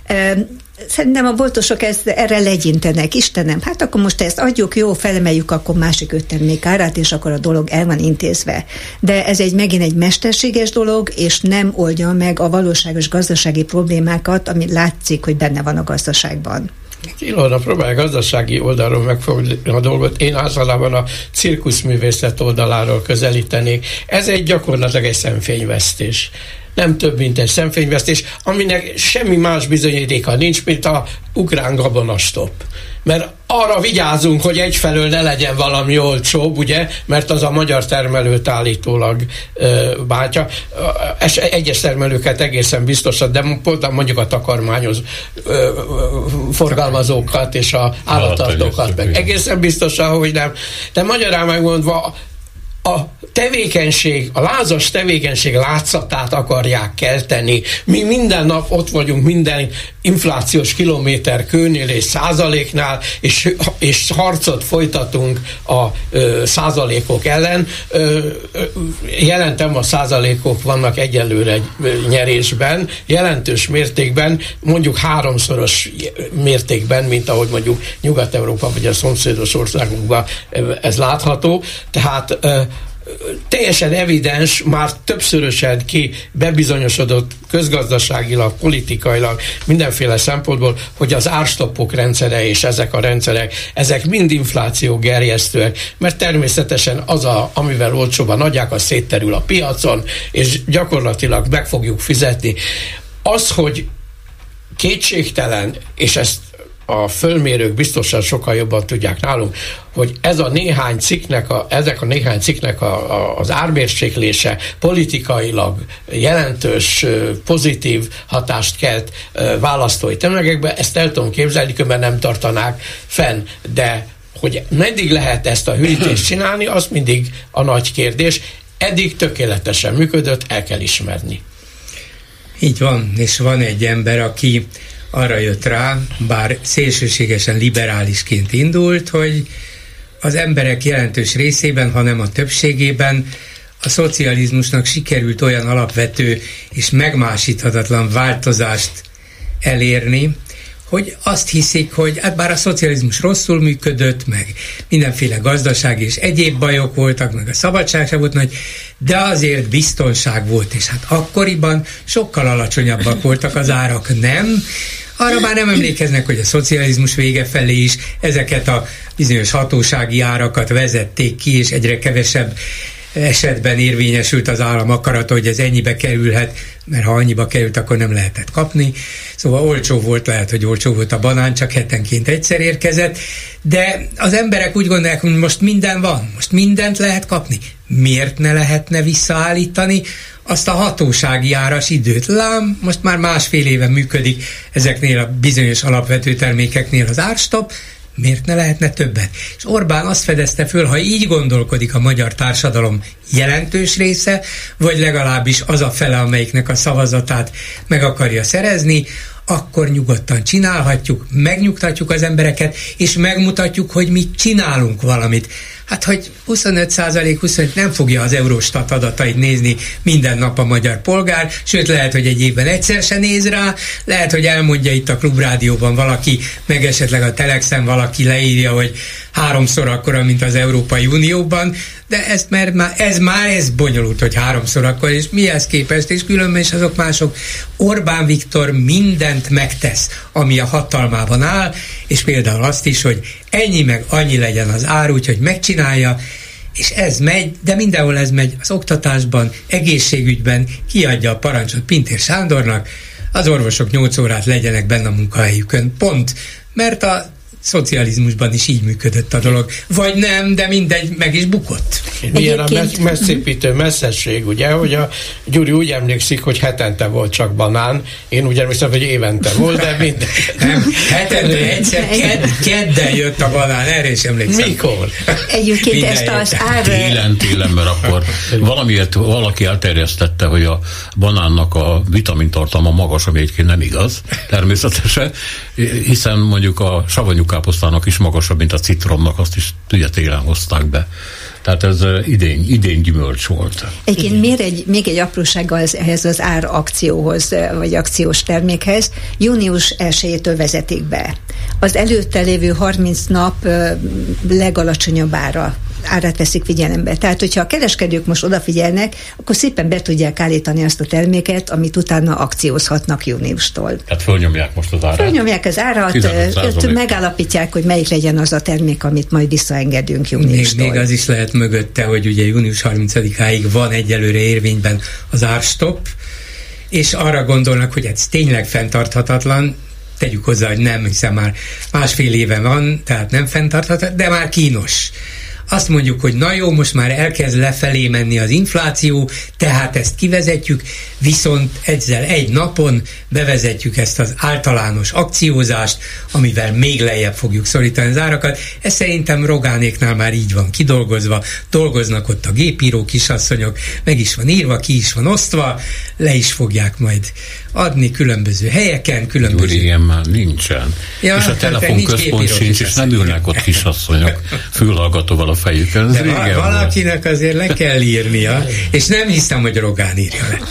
Szerintem a boltosok ezt, erre legyintenek. Istenem, hát akkor most ezt adjuk, jó, felemeljük akkor másik öt termék árát, és akkor a dolog el van intézve. De ez egy megint egy mesterséges dolog, és nem oldja meg a valóságos gazdasági problémákat, ami látszik, hogy benne van a gazdaságban. Ilona próbálja gazdasági oldalról megfogni a dolgot, én általában a cirkuszművészet oldaláról közelítenék. Ez egy gyakorlatilag egy szemfényvesztés. Nem több, mint egy szemfényvesztés, aminek semmi más bizonyítéka nincs, mint a ukrán gabonastop. Mert arra vigyázunk, hogy egyfelől ne legyen valami olcsóbb, ugye, mert az a magyar termelőt állítólag ö, bátya. Es, egyes termelőket egészen biztosan, de mondjuk a takarmányoz ö, ö, forgalmazókat és a állattartókat meg egészen biztosan, hogy nem. De magyarán megmondva, a tevékenység, a lázas tevékenység látszatát akarják kelteni. Mi minden nap ott vagyunk minden inflációs kilométer kőnél és százaléknál, és, és harcot folytatunk a ö, százalékok ellen. Ö, ö, jelentem, a százalékok vannak egyelőre nyerésben, jelentős mértékben, mondjuk háromszoros mértékben, mint ahogy mondjuk Nyugat-Európa vagy a szomszédos országokban ez látható. Tehát ö, teljesen evidens, már többszörösen ki bebizonyosodott közgazdaságilag, politikailag, mindenféle szempontból, hogy az árstoppok rendszere és ezek a rendszerek, ezek mind infláció gerjesztőek, mert természetesen az, a, amivel olcsóban adják, az szétterül a piacon, és gyakorlatilag meg fogjuk fizetni. Az, hogy kétségtelen, és ezt a fölmérők biztosan sokkal jobban tudják nálunk, hogy ez a néhány cikknek, a, ezek a néhány cikknek a, a, az ármérséklése politikailag jelentős, pozitív hatást kelt választói tömegekbe, ezt el tudom képzelni, mert nem tartanák fenn, de hogy meddig lehet ezt a hűítést csinálni, az mindig a nagy kérdés. Eddig tökéletesen működött, el kell ismerni. Így van, és van egy ember, aki arra jött rá, bár szélsőségesen liberálisként indult, hogy az emberek jelentős részében, hanem a többségében a szocializmusnak sikerült olyan alapvető és megmásíthatatlan változást elérni, hogy azt hiszik, hogy hát bár a szocializmus rosszul működött, meg mindenféle gazdasági és egyéb bajok voltak, meg a szabadság sem volt nagy, de azért biztonság volt, és hát akkoriban sokkal alacsonyabbak voltak az árak, nem? Arra már nem emlékeznek, hogy a szocializmus vége felé is ezeket a bizonyos hatósági árakat vezették ki, és egyre kevesebb esetben érvényesült az állam akarata, hogy ez ennyibe kerülhet, mert ha annyiba került, akkor nem lehetett kapni. Szóval olcsó volt, lehet, hogy olcsó volt a banán, csak hetenként egyszer érkezett, de az emberek úgy gondolják, hogy most minden van, most mindent lehet kapni. Miért ne lehetne visszaállítani azt a hatósági áras időt? Lám, most már másfél éve működik ezeknél a bizonyos alapvető termékeknél az árstop, miért ne lehetne többet? És Orbán azt fedezte föl, ha így gondolkodik a magyar társadalom jelentős része, vagy legalábbis az a fele, amelyiknek a szavazatát meg akarja szerezni, akkor nyugodtan csinálhatjuk, megnyugtatjuk az embereket, és megmutatjuk, hogy mit csinálunk valamit. Hát, hogy huszonöt százalék, huszonöt nem fogja az Eurostat adatait nézni minden nap a magyar polgár, sőt lehet, hogy egy évben egyszer se néz rá, lehet, hogy elmondja itt a Klubrádióban valaki, meg esetleg a Telexen valaki leírja, hogy háromszor akkora, mint az Európai Unióban, de ezt mert már, ez már ez bonyolult, hogy háromszor akkor, és mihez képest, és különben is azok mások. Orbán Viktor mindent megtesz, ami a hatalmában áll, és például azt is, hogy ennyi meg annyi legyen az ár, úgyhogy megcsinálja, és ez megy, de mindenhol ez megy, az oktatásban, egészségügyben kiadja a parancsot Pintér Sándornak, az orvosok nyolc órát legyenek benne a munkahelyükön, pont, mert a szocializmusban is így működött a dolog. Vagy nem, de mindegy, meg is bukott. Milyen a messzépítő messzesség, ugye, hogy a Gyuri úgy emlékszik, hogy hetente volt csak banán, én úgy emlékszem, hogy évente volt, de minden. Nem, hetente egyszer, ked, kedden jött a banán, erre is emlékszem. Mikor? Egyébként ezt az ár... Télen, télen, mert akkor valamiért valaki elterjesztette, hogy a banánnak a vitamintartalma magas, ami egyébként nem igaz, természetesen, hiszen mondjuk a savanyú káposztának is magasabb, mint a citromnak, azt is ugye télen hozták be. Tehát ez idén, idén gyümölcs volt. Egyébként még egy, még egy apróság az, ehhez az ár akcióhoz, vagy akciós termékhez. Június elsejétől vezetik be. Az előtte lévő harminc nap legalacsonyabb ára árát veszik figyelembe. Tehát, hogyha a kereskedők most odafigyelnek, akkor szépen be tudják állítani azt a terméket, amit utána akciózhatnak júniustól. Tehát fölnyomják most az árat? Fölnyomják az árat, megállapítják, hogy melyik legyen az a termék, amit majd visszaengedünk júniustól. Még, még az is lehet mögötte, hogy ugye június harmincadikáig van egyelőre érvényben az árstop, és arra gondolnak, hogy ez tényleg fenntarthatatlan, tegyük hozzá, hogy nem, hiszen már másfél éve van, tehát nem fenntarthatatlan, de már kínos. Azt mondjuk, hogy na jó, most már elkezd lefelé menni az infláció, tehát ezt kivezetjük, viszont ezzel egy napon bevezetjük ezt az általános akciózást, amivel még lejjebb fogjuk szorítani az árakat. Ez szerintem Rogánéknál már így van kidolgozva, dolgoznak ott a gépíró kisasszonyok, meg is van írva, ki is van osztva, le is fogják majd adni különböző helyeken, különböző... Gyuri, ilyen már nincsen. Ja, és a telefonközpont sincs, és nem ülnek ott kisasszonyok fülhallgatóval a fejükön. De val- valakinek azért le kell írnia, és nem hiszem, hogy Rogán írja le.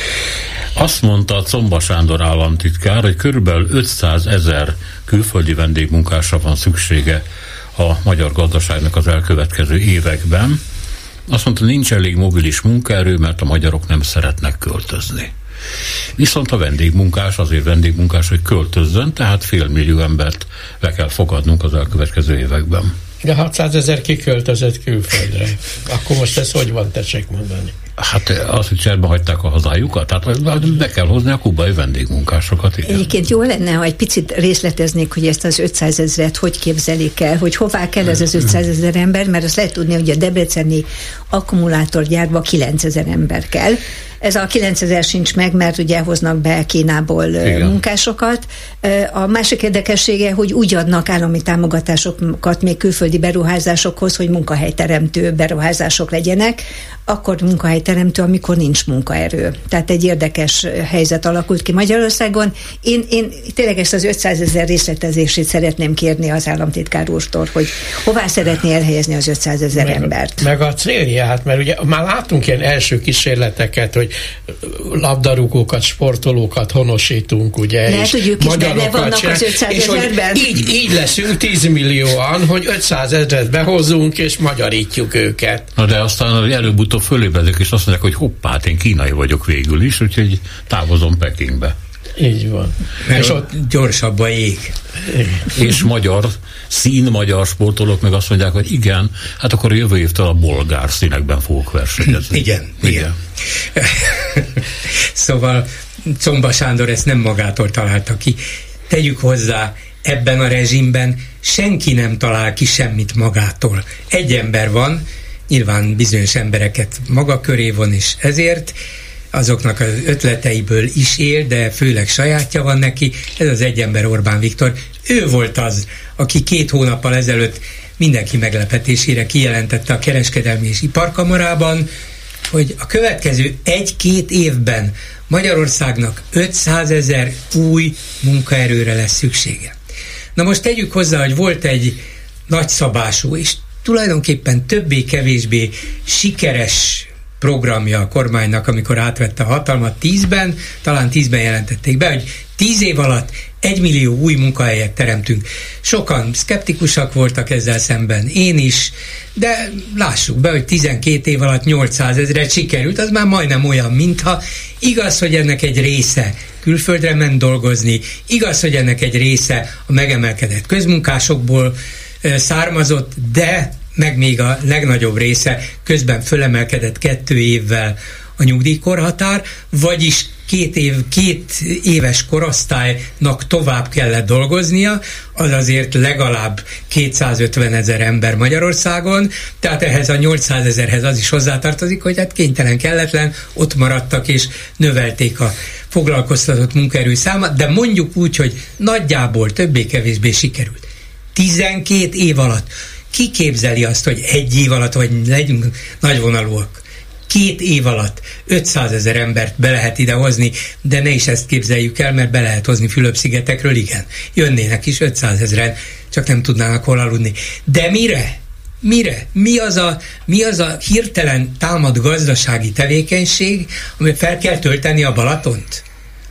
Azt mondta a Comba Sándor államtitkár, hogy körülbelül ötszázezer külföldi vendégmunkásra van szüksége a magyar gazdaságnak az elkövetkező években. Azt mondta, nincs elég mobilis munkaerő, mert a magyarok nem szeretnek költözni. Viszont a vendégmunkás azért vendégmunkás, hogy költözzön, tehát félmillió embert be kell fogadnunk az elkövetkező években. De hatszázezer kiköltözött külföldre. Akkor most ez hogy van, tessék mondani? Hát az, hogy cserben hagyták a hazájukat, tehát be kell hozni a kubai vendégmunkásokat. Igen. Egyébként jó lenne, ha egy picit részleteznék, hogy ezt az ötszázezret hogy képzelik el, hogy hová kell ez az ötszázezer ember, mert azt lehet tudni, hogy a debreceni akkumulátorgyárba kilencezer ember kell. Ez a kilencezer sincs meg, mert ugye hoznak be Kínából igen. munkásokat. A másik érdekessége, hogy úgy adnak állami támogatásokat még külföldi beruházásokhoz, hogy munkahelyteremtő beruházások legyenek, akkor munkahelyteremtő, amikor nincs munkaerő. Tehát egy érdekes helyzet alakult ki Magyarországon. Én, én tényleg ezt az ötszázezer részletezését szeretném kérni az államtitkár úrtól, hogy hová szeretné elhelyezni az ötszázezer embert. Meg a célját, mert ugye már látunk ilyen első kísérleteket, hogy hogy labdarúgókat, sportolókat honosítunk, ugye, lehet, hogy ők is benne vannak az ötszázezerben? Így, így leszünk tíz millióan, hogy ötszázezret behozunk, és magyarítjuk őket. Na de aztán előbb-utóbb fölébredek, és azt mondják, hogy hoppá, én kínai vagyok végül is, úgyhogy távozom Pekingbe. Így van. Mert és ott gyorsabb a ég. És magyar, szín magyar sportolók meg azt mondják, hogy igen, hát akkor a jövő évtől a bolgár színekben fogok versenyezni. Igen, igen. igen. Szóval Comba Sándor ezt nem magától találta ki. Tegyük hozzá, ebben a rezsimben senki nem talál ki semmit magától. Egy ember van, nyilván bizonyos embereket maga köré von, és ezért azoknak az ötleteiből is él, de főleg sajátja van neki. Ez az egy ember, Orbán Viktor. Ő volt az, aki két hónappal ezelőtt mindenki meglepetésére kijelentette a Kereskedelmi és Iparkamarában, hogy a következő egy-két évben Magyarországnak ötszázezer új munkaerőre lesz szüksége. Na most tegyük hozzá, hogy volt egy nagyszabású és tulajdonképpen többé-kevésbé sikeres programja a kormánynak, amikor átvette a hatalmat tízben, talán tízben jelentették be, hogy tíz év alatt egy millió új munkahelyet teremtünk. Sokan szkeptikusak voltak ezzel szemben, én is, de lássuk be, hogy tizenkét év alatt nyolcszázezret sikerült, az már majdnem olyan, mintha igaz, hogy ennek egy része külföldre ment dolgozni, igaz, hogy ennek egy része a megemelkedett közmunkásokból származott, de meg még a legnagyobb része közben fölemelkedett kettő évvel a nyugdíjkorhatár, vagyis két, év, két éves korosztálynak tovább kellett dolgoznia, az azért legalább kétszázötven ezer ember Magyarországon, tehát ehhez a nyolcszázezerhez az is hozzátartozik, hogy hát kénytelen, kelletlen, ott maradtak és növelték a foglalkoztatott munkaerő számát, de mondjuk úgy, hogy nagyjából többé-kevésbé sikerült. tizenkét év alatt. Ki képzeli azt, hogy egy év alatt, vagy legyünk nagyvonalúak, két év alatt ötszázezer embert be lehet idehozni, de ne is ezt képzeljük el, mert be lehet hozni Fülöp-szigetekről, igen. Jönnének is ötszázezren, csak nem tudnának hol aludni. De mire? Mire? Mi az a, mi az a hirtelen támad gazdasági tevékenység, ami fel kell tölteni a Balatont?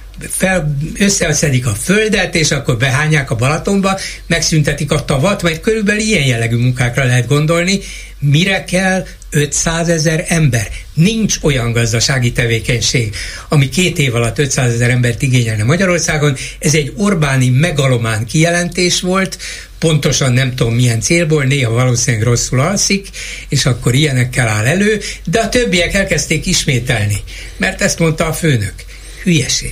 Fel, összeszedik a földet, és akkor behányják a Balatonba, megszüntetik a tavat, majd körülbelül ilyen jellegű munkákra lehet gondolni. Mire kell ötszázezer ember? Nincs olyan gazdasági tevékenység, ami két év alatt ötszázezer embert igényelne Magyarországon. Ez egy Orbáni megalomán kijelentés volt, pontosan nem tudom milyen célból, néha valószínűleg rosszul alszik, és akkor ilyenekkel áll elő, de a többiek elkezdték ismételni, mert ezt mondta a főnök. Hülyeség.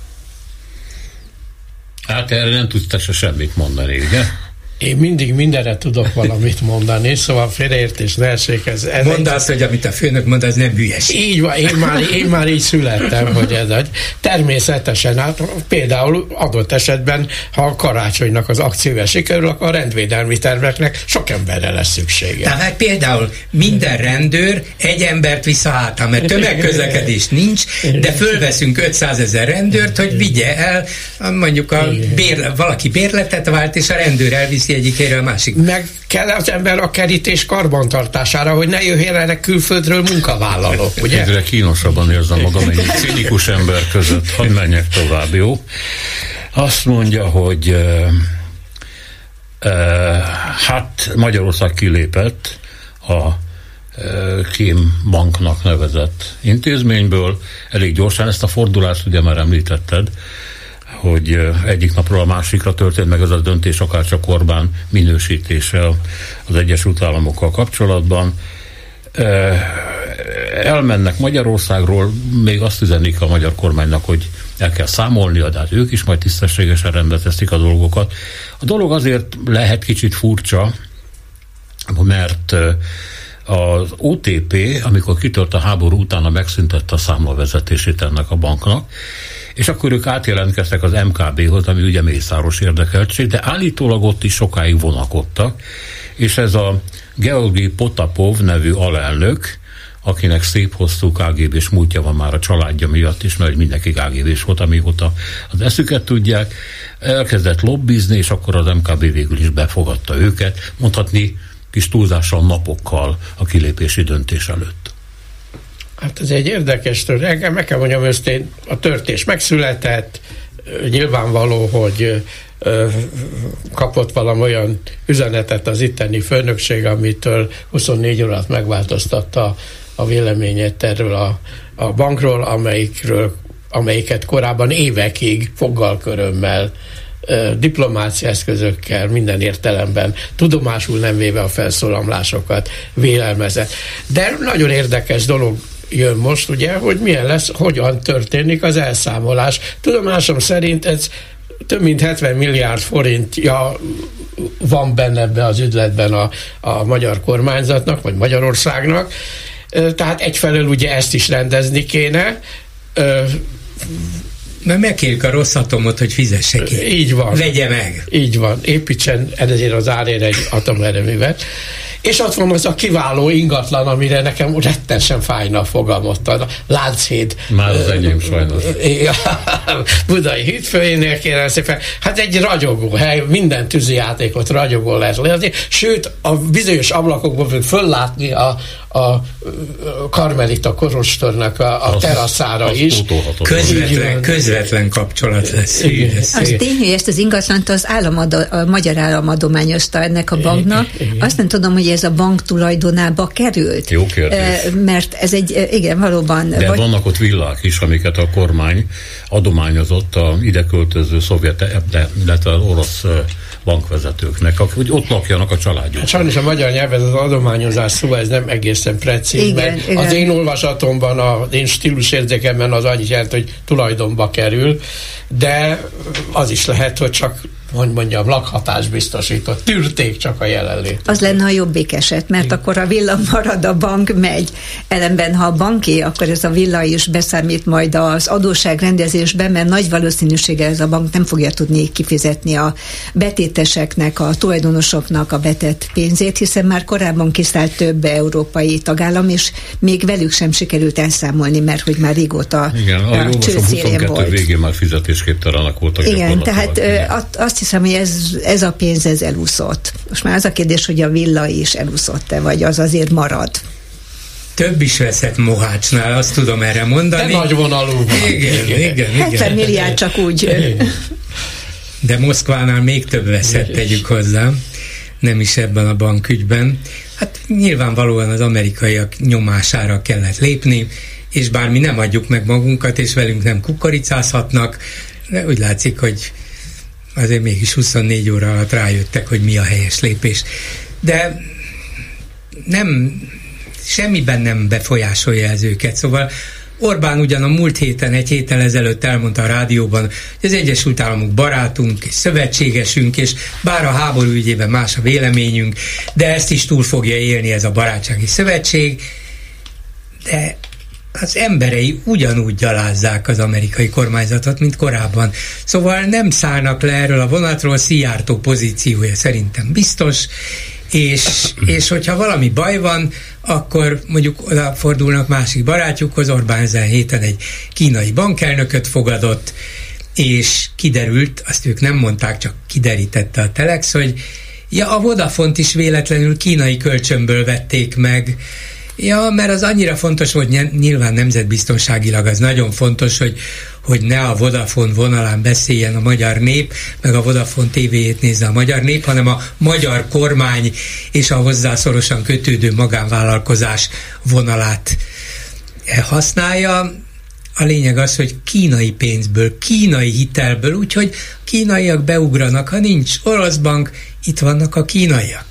Hát erre nem tudsz te se semmit mondani, ugye? Én mindig mindenre tudok valamit mondani, szóval félreértés ne essék. Ez, ez Mondd azt, hogy amit a főnök mond, az nem hülyeség. Így van, én már, én már így születtem, hogy ez egy. Természetesen, hát például adott esetben, ha a Karácsonynak az akciója sikerül, akkor a rendvédelmi terveknek sok emberre lesz szüksége. Tehát például minden rendőr egy embert visz a hátán, mert tömegközlekedés nincs, de fölveszünk ötszázezer rendőrt, hogy vigye el, mondjuk a bér, valaki bérletet vált, és a rendőr elviszi egyik helyről a másik. Meg kell az ember a kerítés karbantartására, hogy ne jöjjenek külföldről munkavállalók, ugye? Egyre kínosabban érzem magam egy cinikus ember között. Hadd menjek tovább, jó? Azt mondja, hogy uh, uh, hát Magyarország kilépett a uh, Kém banknak nevezett intézményből. Elég gyorsan ezt a fordulást ugye már említetted, hogy egyik napról a másikra történt meg ez a döntés, akár csak Orbán minősítése az Egyesült Államokkal kapcsolatban. Elmennek Magyarországról, még azt üzenik a magyar kormánynak, hogy el kell számolnia, de hát ők is majd tisztességesen rendbe teszik a dolgokat. A dolog azért lehet kicsit furcsa, mert az o té pé, amikor kitört a háború utána, megszüntette a számlavezetését ennek a banknak, és akkor ők átjelentkeztek az em ká bé-hoz, ami ugye mészáros érdekeltség, de állítólag ott is sokáig vonakodtak, és ez a Georgi Potapov nevű alelnök, akinek szép hosszú ká gé bés múltja van már a családja miatt is, mert mindenki ká gé bés volt, amióta az eszüket tudják, elkezdett lobbizni, és akkor az em ká bé végül is befogadta őket, mondhatni kis túlzással napokkal a kilépési döntés előtt. Hát ez egy érdekes történet. Meg kell mondjam őszintén, a történet megszületett, nyilvánvaló, hogy kapott valami olyan üzenetet az itteni főnökség, amitől huszonnégy órát megváltoztatta a véleményét erről a, a bankról, amelyikről, amelyiket korábban évekig foggal-körömmel, diplomácia eszközökkel, minden értelemben tudomásul nem véve a felszólalásokat vélelmezett. De nagyon érdekes dolog jön most, ugye, hogy milyen lesz, hogyan történik az elszámolás. Tudomásom szerint ez több mint hetven milliárd forintja van benne ebbe az ügyletben a, a magyar kormányzatnak, vagy Magyarországnak. Tehát egyfelől ugye ezt is rendezni kéne. Mert megkérjük a Rosszatomot, hogy fizesse ki. Így van. Vegye meg. Így van. Építsen ezért az árért egy atomerőművet. És ott van az a kiváló ingatlan, amire nekem rettesen fájna a fogalmat. A Lánchíd. Már az enyém sajnos. Budai hídfőjénél kérem szépen. Hát egy ragyogó hely, minden tűzijátékot ragyogó lehet lenni. Sőt, a bizonyos ablakokból fog föllátni a, a Karmelita Kolostornak a, a teraszára az, is. Közvetlen, közvetlen kapcsolat lesz. Igen. Az tény, hogy ezt az ingatlant az államado, a magyar állam adományozta ennek a banknak. Igen. Azt nem tudom, hogy ez a bank tulajdonába került. Jó kérdés. Mert ez egy, igen, valóban... De vagy... vannak ott villák is, amiket a kormány adományozott a ide költöző szovjet, illetve az orosz bankvezetőknek, hogy ott lakjanak a családjuk. Hát sajnos a magyar nyelven az adományozás szó, ez nem egészen precíz, igen, mert igen. Az én olvasatomban, az én stílusérzékemben az annyit jelent, hogy tulajdonba kerül, de az is lehet, hogy csak hogy mondjam, lakhatás biztosított, tűrték csak a jelenlét. Az lenne a jobbik eset, mert igen. Akkor a villa marad, a bank megy. Ellenben, ha a banké, akkor ez a villa is beszámít majd az adósságrendezésben, mert nagy valószínűséggel ez a bank nem fogja tudni kifizetni a betéteseknek, a tulajdonosoknak a betett pénzét, hiszen már korábban kiszállt több európai tagállam, és még velük sem sikerült elszámolni, mert hogy már régóta igen, a csőszélén volt. Végén már fizetésképtelenek voltak. Igen, tehát azt hiszem, hogy ez, ez a pénz, ez elúszott. Most már az a kérdés, hogy a villa is elúszott-e, vagy az azért marad. Több is veszett Mohácsnál, azt tudom erre mondani. De nagy vonalú. Igen, igen, igen. hetven milliárd csak úgy. Igen. De Moszkvánál még több veszett, tegyük hozzá. Nem is ebben a bankügyben. Hát nyilvánvalóan az amerikaiak nyomására kellett lépni, és bár mi nem adjuk meg magunkat, és velünk nem kukoricázhatnak, de úgy látszik, hogy azért mégis huszonnégy óra alatt rájöttek, hogy mi a helyes lépés. De nem, semmiben nem befolyásolja ez őket. Szóval Orbán ugyan a múlt héten, egy héttel ezelőtt elmondta a rádióban, hogy az Egyesült Államok barátunk és szövetségesünk, és bár a háború ügyében más a véleményünk, de ezt is túl fogja élni ez a barátsági szövetség, de az emberei ugyanúgy gyalázzák az amerikai kormányzatot, mint korábban. Szóval nem szállnak le erről a vonatról, Szijjártó pozíciója szerintem biztos, és, és hogyha valami baj van, akkor mondjuk odafordulnak másik barátjukhoz. Orbán ezen héten egy kínai bankelnököt fogadott, és kiderült, azt ők nem mondták, csak kiderítette a Telex, hogy ja, a Vodafont is véletlenül kínai kölcsönből vették meg. Ja, mert az annyira fontos, hogy nyilván nemzetbiztonságilag az nagyon fontos, hogy, hogy ne a Vodafone vonalán beszéljen a magyar nép, meg a Vodafone té véjét nézze a magyar nép, hanem a magyar kormány és a hozzá szorosan kötődő magánvállalkozás vonalát használja. A lényeg az, hogy kínai pénzből, kínai hitelből, úgyhogy kínaiak beugranak, ha nincs orosz bank, itt vannak a kínaiak.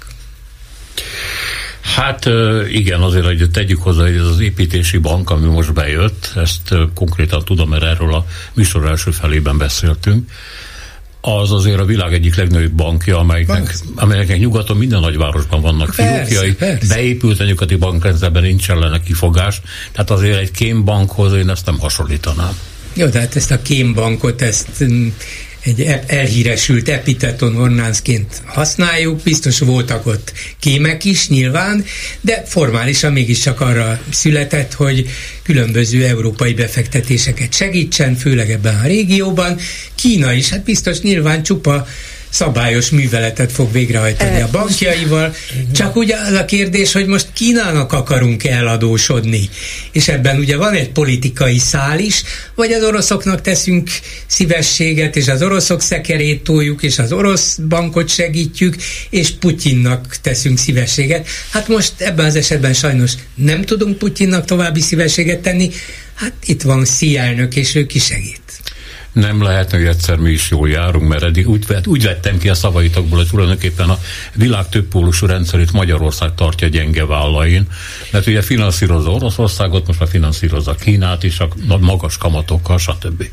Hát igen, azért, hogy tegyük hozzá, hogy ez az építési bank, ami most bejött, ezt konkrétan tudom, mert erről a műsor első felében beszéltünk, az azért a világ egyik legnagyobb bankja, amelynek, amelynek nyugaton minden nagyvárosban vannak fiókjai, beépült a nyugati bankrendszerben, nincs ellene kifogás, tehát azért egy kémbankhoz én ezt nem hasonlítanám. Jó, tehát ezt a kémbankot, ezt egy elhíresült epiteton ornánszként használjuk, biztos voltak ott kémek is nyilván, de formálisan mégiscsak arra született, hogy különböző európai befektetéseket segítsen, főleg ebben a régióban. Kína is, hát biztos nyilván csupa szabályos műveletet fog végrehajtani a bankjaival, csak ugye az a kérdés, hogy most Kínának akarunk eladósodni, és ebben ugye van egy politikai szál is, vagy az oroszoknak teszünk szívességet, és az oroszok szekerét toljuk, és az orosz bankot segítjük, és Putyinnak teszünk szívességet. Hát most ebben az esetben sajnos nem tudunk Putyinnak további szívességet tenni, hát itt van Xi elnök, és ő kisegít. Nem lehetne, hogy egyszer mi is jól járunk, mert eddig úgy, vett, úgy vettem ki a szavaitokból, hogy tulajdonképpen a világ többpólusú rendszerét Magyarország tartja gyenge vállain, mert ugye finanszírozza Oroszországot, most már finanszírozza Kínát is, a magas kamatokkal, stb.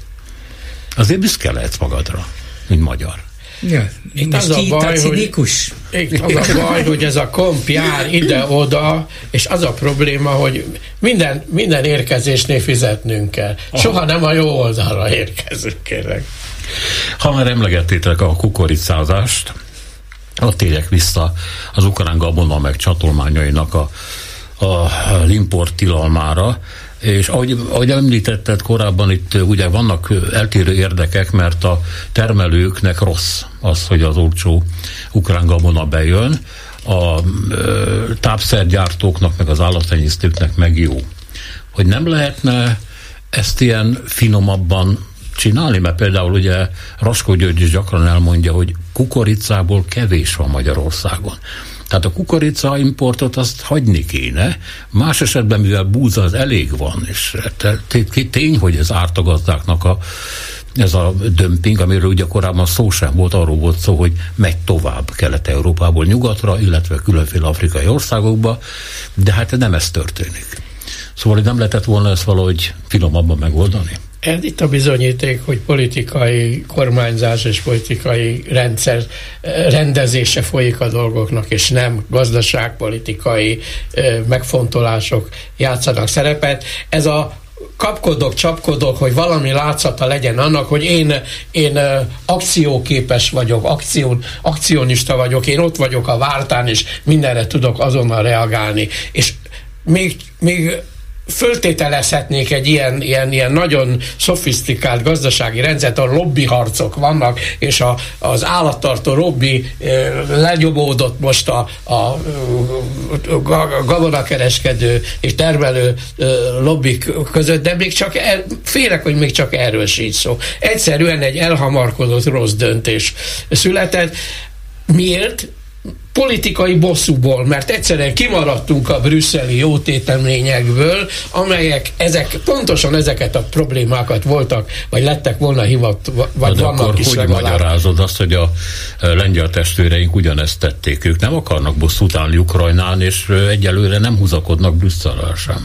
Azért büszke lehetsz magadra, mint magyar. Ja, itt az a baj, hogy, az a baj, hogy ez a komp jár ide-oda, és az a probléma, hogy minden, minden érkezésnél fizetnünk kell. Soha nem a jó oldalra érkezünk, kérlek. Ha már emlegettétek a kukoricázást, ott térjek vissza az ukrán gabona meg csatolmányainak a, a import tilalmára, és ahogy, ahogy említetted korábban, itt ugye vannak eltérő érdekek, mert a termelőknek rossz az, hogy az olcsó ukrán gabona bejön, a ö, tápszergyártóknak, meg az állattenyésztőknek meg jó. Hogy nem lehetne ezt ilyen finomabban csinálni, mert például ugye Raskó György is gyakran elmondja, hogy kukoricából kevés van Magyarországon. Tehát a kukorica importot azt hagyni kéne, más esetben, mivel búza az elég van, és tény, hogy ez árt a gazdáknak a, ez a dömping, amiről ugye korábban szó sem volt, arról volt szó, hogy megy tovább Kelet-Európából nyugatra, illetve különféle afrikai országokba, de hát nem ez történik. Szóval nem lehetett volna ezt valahogy finomabban megoldani? Ez itt a bizonyíték, hogy politikai kormányzás és politikai rendszer rendezése folyik a dolgoknak, és nem gazdaságpolitikai megfontolások játszanak szerepet. Ez a kapkodok, csapkodok, hogy valami látszata legyen annak, hogy én, én akcióképes vagyok, akción, akcionista vagyok, én ott vagyok a vártán, és mindenre tudok azonnal reagálni. És még, még föltételezhetnék egy ilyen, ilyen, ilyen nagyon szofisztikált gazdasági rendszert, a lobbyharcok vannak, és a, az állattartó lobby e, lenyomódott most a, a, a gabonakereskedő és termelő e, lobbik között, de még csak el, félek, hogy még csak erről sincs szó. Egyszerűen egy elhamarkodott rossz döntés született. Miért? Politikai bosszúból, mert egyszerűen kimaradtunk a brüsszeli jótéteményekből, amelyek ezek, pontosan ezeket a problémákat voltak, vagy lettek volna hivat, vagy de vannak akkor is hogy legalább. Magyarázod azt, hogy a lengyel testvéreink ugyanezt tették, ők nem akarnak bosszút állni Ukrajnán, és egyelőre nem húzakodnak Brüsszellel sem.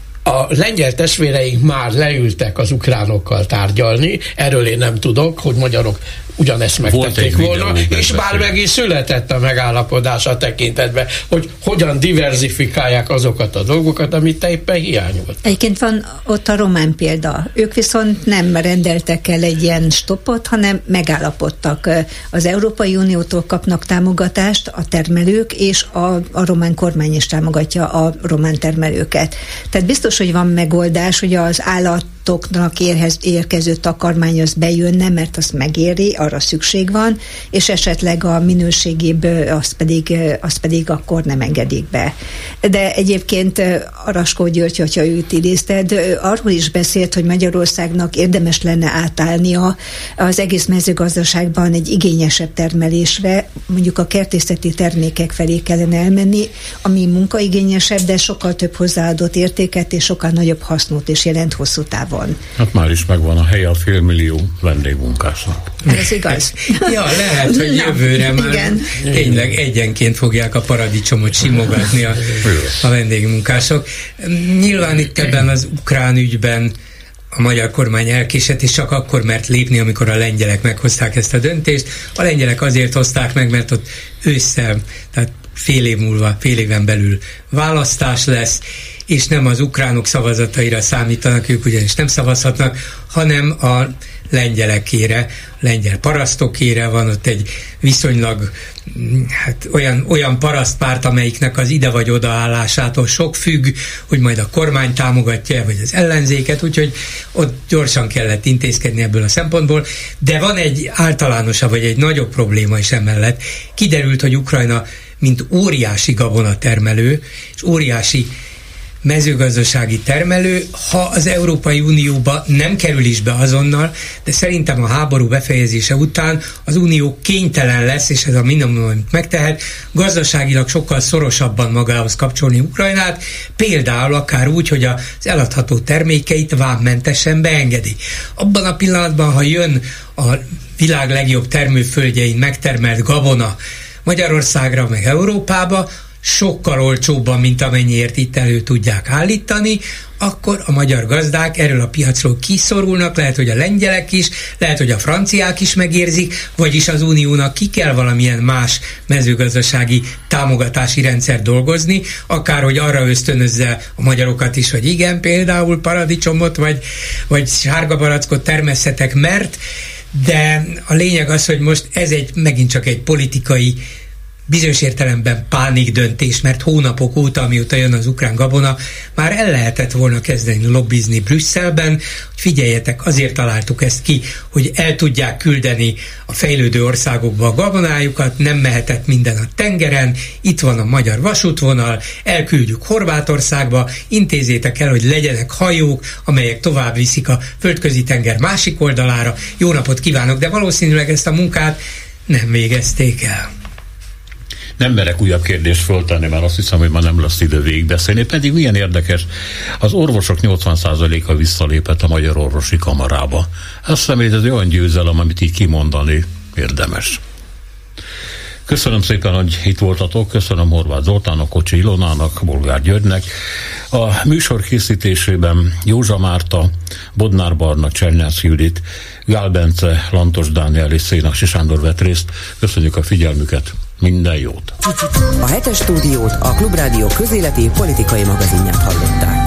A lengyel testvéreink már leültek az ukránokkal tárgyalni, erről én nem tudok, hogy magyarok ugyanezt megtették volna, és már meg is született a megállapodás a tekintetben, hogy hogyan diverzifikálják azokat a dolgokat, amit te éppen hiány volt. Egyébként van ott a román példa. Ők viszont nem rendeltek el egy ilyen stoppot, hanem megállapodtak. Az Európai Uniótól kapnak támogatást a termelők, és a, a román kormány is támogatja a román termelőket. Tehát biztos, hogy van megoldás, hogy az állatoknak érhez, érkező takarmány az bejönne, mert azt megéri, arra szükség van, és esetleg a minőségébb azt pedig, azt pedig akkor nem engedik be. De egyébként Raskó György, hogyha őt idézted, arról is beszélt, hogy Magyarországnak érdemes lenne átállnia az egész mezőgazdaságban egy igényesebb termelésre, mondjuk a kertészeti termékek felé kellene elmenni, ami munkaigényesebb, de sokkal több hozzáadott értéket és sokkal nagyobb hasznot is jelent hosszú távon. Hát már is megvan a helye a félmillió vendégmunkásnak. Ez igaz. Ja, lehet, hogy jövőre már igen. Tényleg egyenként fogják a paradicsomot simogatni a, a vendégmunkások. Nyilván itt ebben az ukrán ügyben a magyar kormány elkésett, és csak akkor mert lépni, amikor a lengyelek meghozták ezt a döntést. A lengyelek azért hozták meg, mert ott ősszel, tehát fél év múlva, fél éven belül választás lesz, és nem az ukránok szavazataira számítanak, ők ugyanis nem szavazhatnak, hanem a lengyelekére, lengyel parasztokére, van ott egy viszonylag hát olyan, olyan parasztpárt, amelyiknek az ide vagy odaállásától sok függ, hogy majd a kormány támogatja, vagy az ellenzéket, úgyhogy ott gyorsan kellett intézkedni ebből a szempontból, de van egy általánosabb, vagy egy nagyobb probléma is emellett. Kiderült, hogy Ukrajna mint óriási gabonatermelő, és óriási mezőgazdasági termelő, ha az Európai Unióba nem kerül is be azonnal, de szerintem a háború befejezése után az Unió kénytelen lesz, és ez a minimum, amit megtehet, gazdaságilag sokkal szorosabban magához kapcsolni Ukrajnát, például akár úgy, hogy az eladható termékeit vámmentesen beengedi. Abban a pillanatban, ha jön a világ legjobb termőföldjein megtermelt gabona Magyarországra, meg Európába, sokkal olcsóbban, mint amennyiért itt elő tudják állítani, akkor a magyar gazdák erről a piacról kiszorulnak, lehet, hogy a lengyelek is, lehet, hogy a franciák is megérzik, vagyis az Uniónak ki kell valamilyen más mezőgazdasági támogatási rendszer dolgozni, akár, hogy arra ösztönözze a magyarokat is, hogy igen, például paradicsomot, vagy, vagy sárga barackot termesszetek, mert de a lényeg az, hogy most ez egy megint csak egy politikai, bizonyos értelemben pánik döntés, mert hónapok óta, amióta jön az ukrán gabona, már el lehetett volna kezdeni lobbizni Brüsszelben, hogy figyeljetek, azért találtuk ezt ki, hogy el tudják küldeni a fejlődő országokba a gabonájukat, nem mehetett minden a tengeren, itt van a magyar vasútvonal, elküldjük Horvátországba, intézzétek el, hogy legyenek hajók, amelyek tovább viszik a földközi tenger másik oldalára. Jó napot kívánok, de valószínűleg ezt a munkát nem végezték el. Nem merek újabb kérdést föltenni, mert azt hiszem, hogy már nem lesz idő végigbeszélni, pedig milyen érdekes, az orvosok nyolcvan százaléka visszalépett a Magyar Orvosi Kamarába. Azt hiszem, hogy ez egy olyan győzelem, amit így kimondani érdemes. Köszönöm szépen, hogy itt voltatok, köszönöm Horváth Zoltánnak, Kocsi Ilonának, Bolgár Györgynek. A műsor készítésében Józsa Márta, Bodnár Barna, Csernyász Judit, Gál Bence, Lantos Dániel és Szénási Sándor vett részt. Köszönjük a figyelmüket, minden jót! A hetes stúdiót, a Klubrádió közéleti politikai magazinját hallották.